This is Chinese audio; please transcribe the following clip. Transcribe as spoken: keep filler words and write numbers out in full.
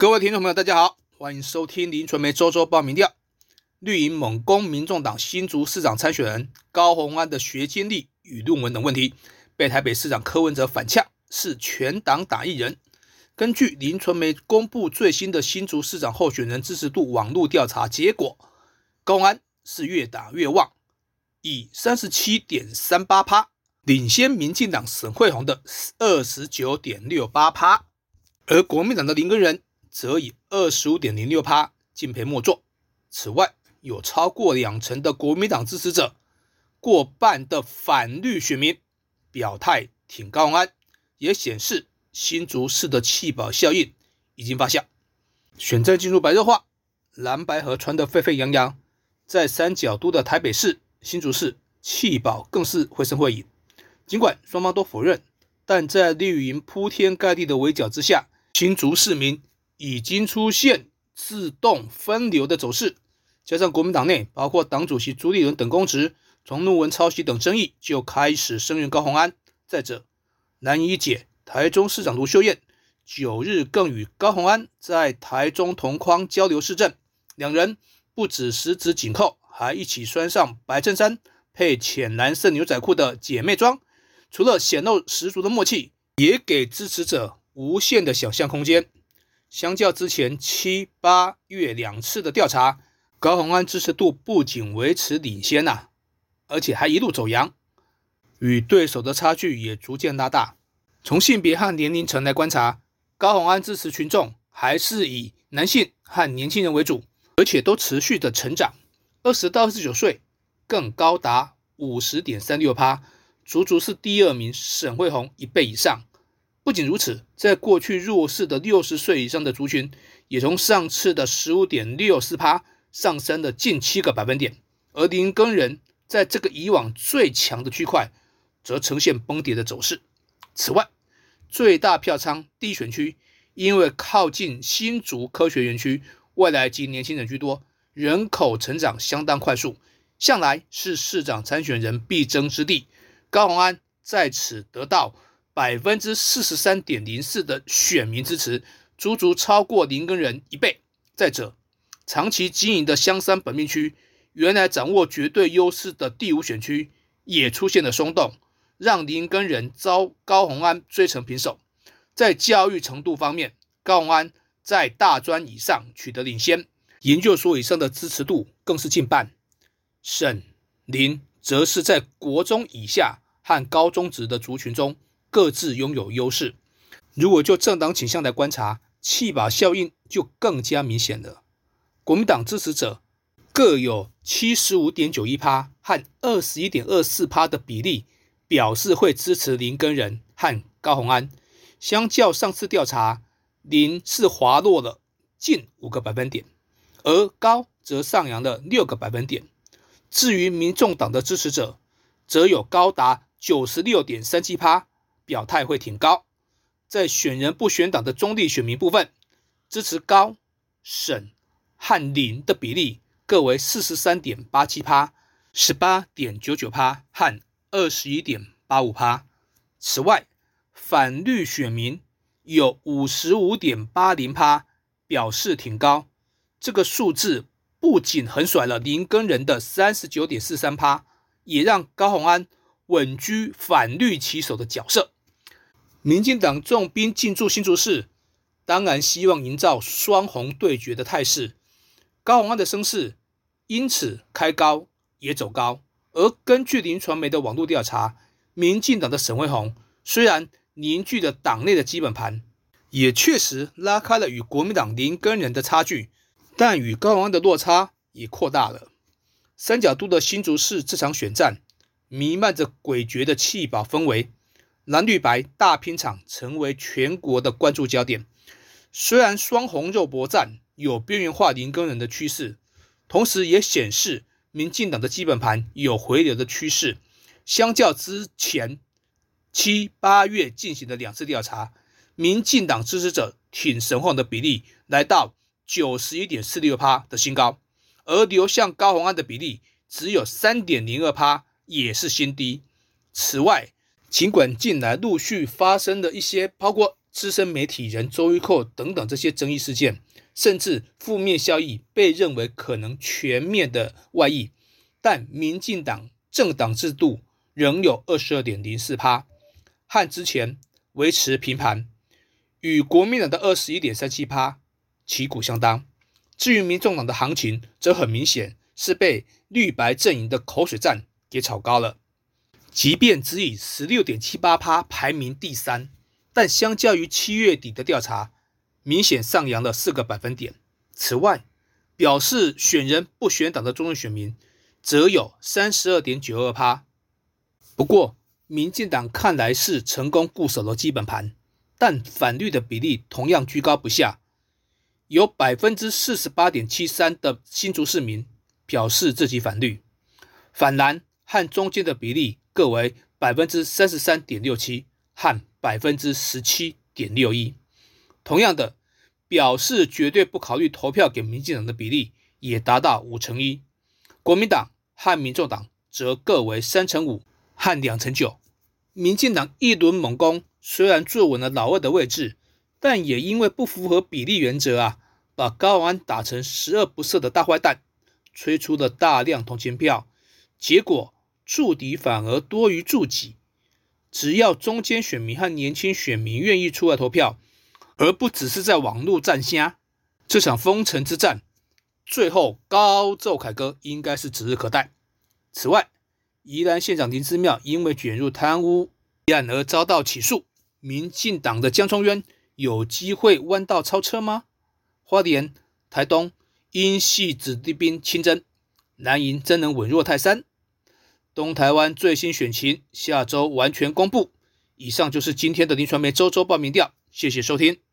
各位听众朋友大家好，欢迎收听林传媒周周报民调。绿营猛攻民众党新竹市长参选人高虹安的学经历与论文等问题，被台北市长柯文哲反呛是全党打艺人。根据林传媒公布最新的新竹市长候选人支持度网络调查结果，高虹安是越打越旺，以 百分之三十七点三八 领先民进党沈慧虹的 百分之二十九点六八， 而国民党的林耕仁则以 百分之二十五点零六 敬陪末座。此外，有超过两成的国民党支持者，过半的反绿选民表态挺高虹安，也显示新竹市的弃保效应已经发酵。选战进入白热化，蓝白河传得沸沸扬扬，在三角都的台北市、新竹市弃保更是绘声绘影。尽管双方都否认，但在绿营铺天盖地的围剿之下，新竹市民已经出现自动分流的走势。加上国民党内包括党主席朱立伦等公职从论文抄袭等争议就开始声援高虹安。再者，蓝营一姐台中市长卢秀燕九日更与高虹安在台中同框交流市政，两人不止十指紧扣，还一起穿上白衬衫配浅蓝色牛仔裤的姐妹装。除了显露十足的默契，也给支持者无限的想象空间。相较之前七八月两次的调查，高虹安支持度不仅维持领先、啊、而且还一路走扬，与对手的差距也逐渐拉大。从性别和年龄层来观察，高虹安支持群众还是以男性和年轻人为主，而且都持续的成长。二十到二十九岁更高达 百分之五十点三六， 足足是第二名沈慧虹一倍以上。不仅如此，在过去弱势的六十岁以上的族群，也从上次的 百分之十五点六四 上升了近七个百分点，而林耕仁在这个以往最强的区块则呈现崩跌的走势。此外，最大票仓第一选区因为靠近新竹科学园区，外来及年轻人居多，人口成长相当快速，向来是市长参选人必争之地。高虹安在此得到 百分之四十三点零四 的选民支持，足足超过林耕仁一倍。再者，长期经营的香山本命区，原来掌握绝对优势的第五选区也出现了松动，让林耕仁遭高虹安追成平手。在教育程度方面，高虹安在大专以上取得领先，研究所以上的支持度更是近半。沈、林则是在国中以下和高中职的族群中各自拥有优势。如果就政党倾向来观察，弃保效应就更加明显了。国民党支持者各有 百分之七十五点九一 和 百分之二十一点二四 的比例表示会支持林耕仁和高虹安。相较上次调查，林是滑落了近五个百分点，而高则上扬了六个百分点。至于民众党的支持者，则有高达 百分之九十六点三七 表态会挺高。在选人不选党的中立选民部分，支持高、沈和林的比例各为 四十三点八七、十八点九九 和 二十一点八五。此外，反绿选民有 五十五点八零 表示挺高，这个数字不仅横甩了林耕仁的 三十九点四三， 也让高虹安稳居反绿旗手的角色。民进党重兵进驻新竹市，当然希望营造双红对决的态势。高虹安的声势因此开高也走高，而根据林传媒的网络调查，民进党的沈慧虹虽然凝聚了党内的基本盘，也确实拉开了与国民党林耕仁的差距，但与高虹安的落差也扩大了。三角都的新竹市这场选战弥漫着诡谲的弃保氛围，蓝绿白大拼场成为全国的关注焦点。虽然双红肉搏战有边缘化林耕仁的趋势，同时也显示民进党的基本盘有回流的趋势。相较之前七八月进行的两次调查，民进党支持者挺沈慧虹的比例来到 百分之九十一点四六 的新高，而流向高虹安的比例只有 百分之三点零二， 也是新低。此外，尽管近来陆续发生了一些包括资深媒体人周玉蔻等等这些争议事件，甚至负面效益被认为可能全面的外溢，但民进党政党制度仍有 百分之二十二点零四， 和之前维持平盘，与国民党的 百分之二十一点三七 旗鼓相当。至于民众党的行情，则很明显是被绿白阵营的口水战给炒高了。即便只以 百分之十六点七八 排名第三，但相较于七月底的调查，明显上扬了四个百分点。此外，表示选人不选党的中间选民则有 百分之三十二点九二。 不过民进党看来是成功固守了基本盘，但反绿的比例同样居高不下，有 百分之四十八点七三 的新竹市民表示自己反绿，反蓝和中间的比例各为 百分之三十三点六七 和 百分之十七点六一。 同样的，表示绝对不考虑投票给民进党的比例也达到五成一，国民党和民众党则各为三成五和两成九。民进党一轮猛攻，虽然坐稳了老二的位置，但也因为不符合比例原则啊，把高虹安打成十恶不赦的大坏蛋，吹出了大量同情票，结果助敌反而多于助己。只要中间选民和年轻选民愿意出来投票，而不只是在网络站虾，这场封城之战最后高奏凯歌应该是指日可待。此外，宜兰县长林姿妙因为卷入贪污案而遭到起诉，民进党的江聪渊有机会弯道超车吗？花莲、台东因系子弟兵亲征，蓝营真能稳若泰山？东台湾最新选情下周完全公布。以上就是今天的林传媒周周报民调，谢谢收听。